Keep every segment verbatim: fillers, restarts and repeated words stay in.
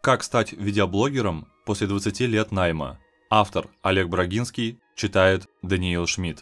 Как стать видеоблогером после двадцати лет найма? Автор Олег Брагинский, читает Даниил Шмидт.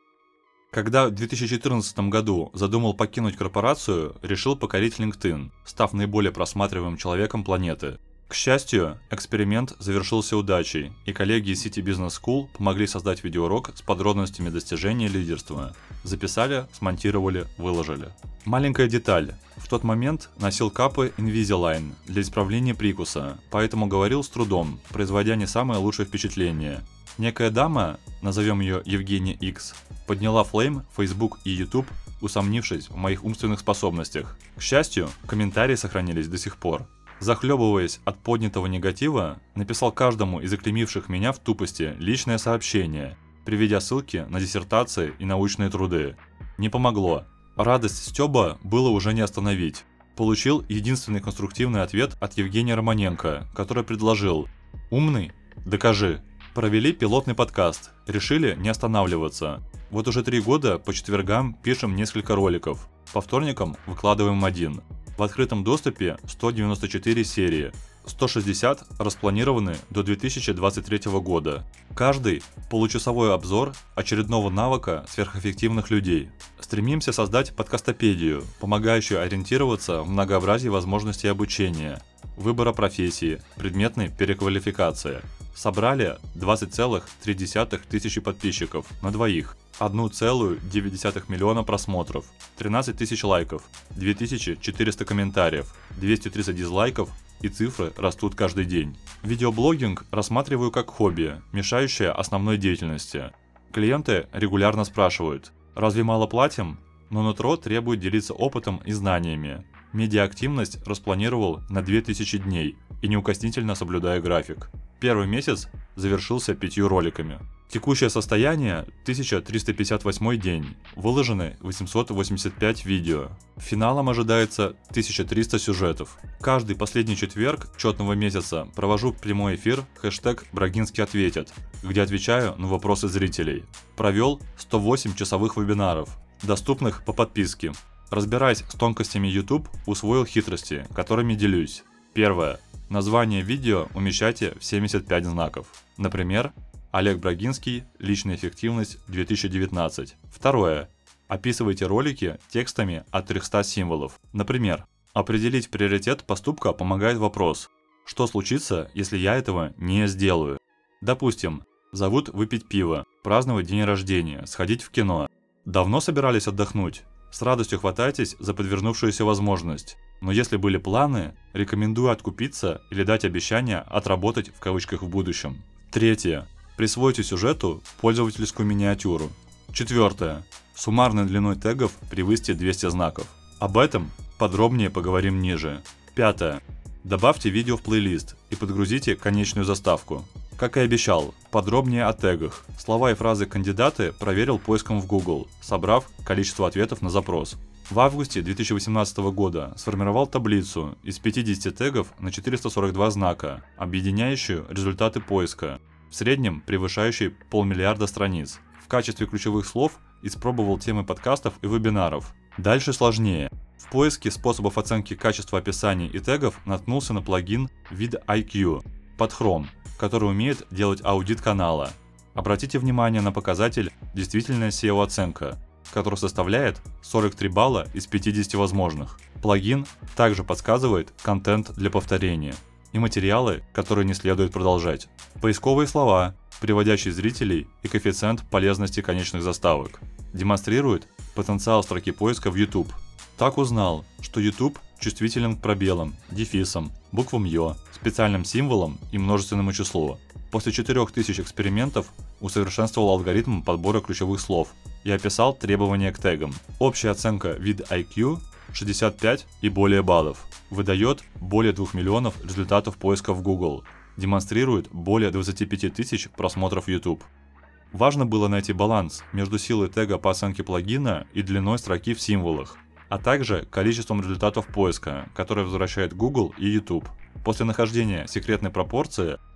Когда в две тысячи четырнадцатом году задумал покинуть корпорацию, решил покорить LinkedIn, став наиболее просматриваемым человеком планеты. К счастью, эксперимент завершился удачей, и коллеги из City Business School помогли создать видеоурок с подробностями достижения лидерства. Записали, смонтировали, выложили. Маленькая деталь. В тот момент носил капы Invisalign для исправления прикуса, поэтому говорил с трудом, производя не самое лучшее впечатление. Некая дама, назовем ее Евгения X, подняла флейм в Facebook и YouTube, усомнившись в моих умственных способностях. К счастью, комментарии сохранились до сих пор. Захлебываясь от поднятого негатива, написал каждому из заклеймивших меня в тупости личное сообщение, приведя ссылки на диссертации и научные труды. Не помогло. Радость стёба было уже не остановить. Получил единственный конструктивный ответ от Евгения Романенко, который предложил: «Умный? Докажи». Провели пилотный подкаст, решили не останавливаться. Вот уже три года по четвергам пишем несколько роликов, по вторникам выкладываем один. В открытом доступе сто девяносто четыре серии, сто шестьдесят распланированы до две тысячи двадцать третьего года. Каждый – получасовой обзор очередного навыка сверхэффективных людей. Стремимся создать подкастопедию, помогающую ориентироваться в многообразии возможностей обучения, выбора профессии, предметной переквалификации. Собрали двадцать целых три десятых тысячи подписчиков на двоих, один целых девять десятых миллиона просмотров, тринадцать тысяч лайков, две тысячи четыреста комментариев, двести тридцать дизлайков, и цифры растут каждый день. Видеоблогинг рассматриваю как хобби, мешающее основной деятельности. Клиенты регулярно спрашивают: разве мало платим? Но нутро требует делиться опытом и знаниями. Медиаактивность распланировал на две тысячи дней и неукоснительно соблюдая график. Первый месяц завершился пятью роликами. Текущее состояние – тысяча триста пятьдесят восьмой день, выложены восемьсот восемьдесят пять видео. Финалом ожидается тысяча триста сюжетов. Каждый последний четверг четного месяца провожу прямой эфир хэштег «Брагинский ответит», где отвечаю на вопросы зрителей. Провел сто восемь часовых вебинаров, доступных по подписке. Разбираясь с тонкостями YouTube, усвоил хитрости, которыми делюсь. Первое. Название видео умещайте в семьдесят пять знаков. Например, Олег Брагинский, личная эффективность две тысячи девятнадцать. Второе. Описывайте ролики текстами от трехсот символов. Например, определить приоритет поступка помогает вопрос: что случится, если я этого не сделаю? Допустим, зовут выпить пиво, праздновать день рождения, сходить в кино. Давно собирались отдохнуть? С радостью хватайтесь за подвернувшуюся возможность. Но если были планы, рекомендую откупиться или дать обещание «отработать» в кавычках в будущем. Третье. Присвойте сюжету пользовательскую миниатюру. Четвертое. Суммарной длиной тегов превысьте двести знаков. Об этом подробнее поговорим ниже. Пятое. Добавьте видео в плейлист и подгрузите конечную заставку. Как и обещал, подробнее о тегах. Слова и фразы кандидаты проверил поиском в Google, собрав количество ответов на запрос. В августе две тысячи восемнадцатого года сформировал таблицу из пятидесяти тегов на четыреста сорок два знака, объединяющую результаты поиска, в среднем превышающие полмиллиарда страниц. В качестве ключевых слов испробовал темы подкастов и вебинаров. Дальше сложнее. В поиске способов оценки качества описаний и тегов наткнулся на плагин vidIQ под Chrome, который умеет делать аудит канала. Обратите внимание на показатель «Действительная сео-оценка», который составляет сорок три балла из пятидесяти возможных. Плагин также подсказывает контент для повторения и материалы, которые не следует продолжать. Поисковые слова, приводящие зрителей, и коэффициент полезности конечных заставок. Демонстрирует потенциал строки поиска в YouTube. Так узнал, что YouTube чувствителен к пробелам, дефисам, буквам Ё, специальным символам и множественному числу. После четырёх тысяч экспериментов усовершенствовал алгоритм подбора ключевых слов и описал требования к тегам. Общая оценка vidIQ шестьдесят пять и более баллов. Выдает более двух миллионов результатов поиска в Google. Демонстрирует более двадцати пяти тысяч просмотров YouTube. Важно было найти баланс между силой тега по оценке плагина и длиной строки в символах, а также количеством результатов поиска, которые возвращает Google и YouTube. После нахождения секретной пропорции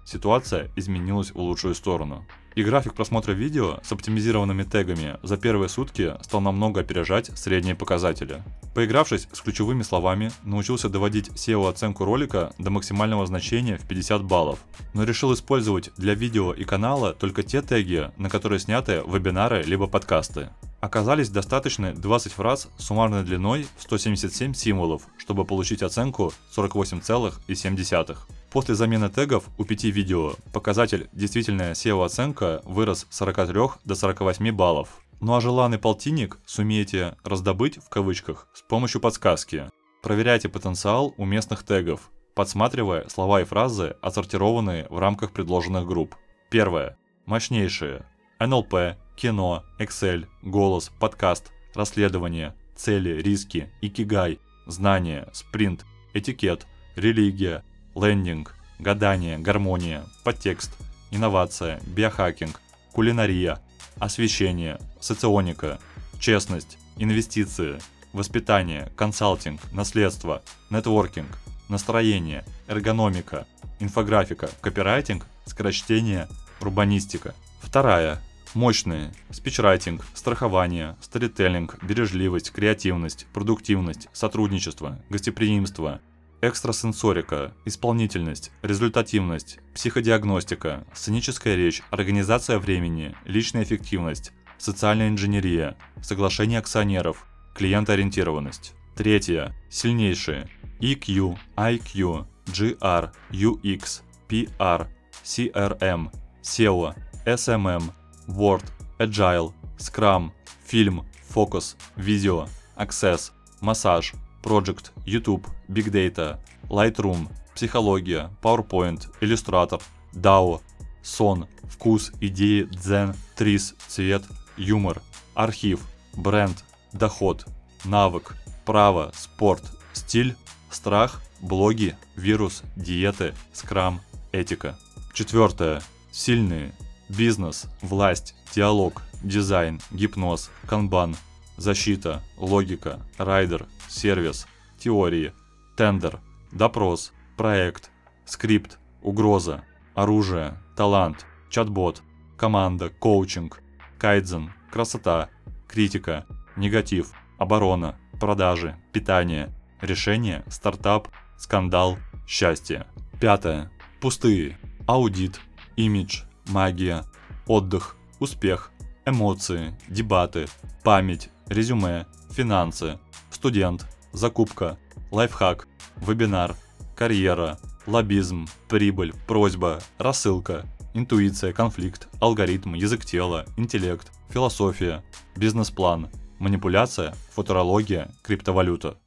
ситуация изменилась в лучшую сторону. И график просмотра видео с оптимизированными тегами за первые сутки стал намного опережать средние показатели. Поигравшись с ключевыми словами, научился доводить сео-оценку ролика до максимального значения в пятьдесят баллов, но решил использовать для видео и канала только те теги, на которые сняты вебинары либо подкасты. Оказались достаточны двадцать фраз с суммарной длиной в сто семьдесят семь символов, чтобы получить оценку сорок восемь целых семь десятых. После замены тегов у пяти видео показатель «Действительная сео-оценка» вырос с сорока трёх до сорока восьми баллов. Ну а желанный полтинник сумеете раздобыть в кавычках с помощью подсказки. Проверяйте потенциал у местных тегов, подсматривая слова и фразы, отсортированные в рамках предложенных групп. Первое. Мощнейшие. эн эл пэ, кино, Excel, голос, подкаст, расследование, цели, риски, икигай, знания, спринт, этикет, религия, лендинг, гадание, гармония, подтекст, инновация, биохакинг, кулинария, освещение, соционика, честность, инвестиции, воспитание, консалтинг, наследство, нетворкинг, настроение, эргономика, инфографика, копирайтинг, скорочтение, урбанистика. Вторая. Мощные. Спичрайтинг, страхование, сторителлинг, бережливость, креативность, продуктивность, сотрудничество, гостеприимство, экстрасенсорика, исполнительность, результативность, психодиагностика, сценическая речь, организация времени, личная эффективность, социальная инженерия, соглашение акционеров, клиентоориентированность. Третье. Сильнейшие. и кью, ай кью, джи ар, ю экс, пи ар, си эр эм, сео, эс эм эм, Word, Agile, Scrum, фильм, фокус, видео, Access, массаж, Project, YouTube, Big Data, Lightroom, психология, PowerPoint, Illustrator, дао, сон, вкус, идеи, дзен, трис, цвет, юмор, архив, бренд, доход, навык, право, спорт, стиль, страх, блоги, вирус, диеты, скрам, этика. Четвертое. Сильные. Бизнес, власть, диалог, дизайн, гипноз, канбан, защита, логика, райдер, сервис, теории, тендер, допрос, проект, скрипт, угроза, оружие, талант, чат-бот, команда, коучинг, кайдзен, красота, критика, негатив, оборона, продажи, питание, решение, стартап, скандал, счастье. Пятое. Пустые. Аудит, имидж, магия, отдых, успех, эмоции, дебаты, память, резюме, финансы, студент, закупка, лайфхак, вебинар, карьера, лоббизм, прибыль, просьба, рассылка, интуиция, конфликт, алгоритм, язык тела, интеллект, философия, бизнес-план, манипуляция, футурология, криптовалюта.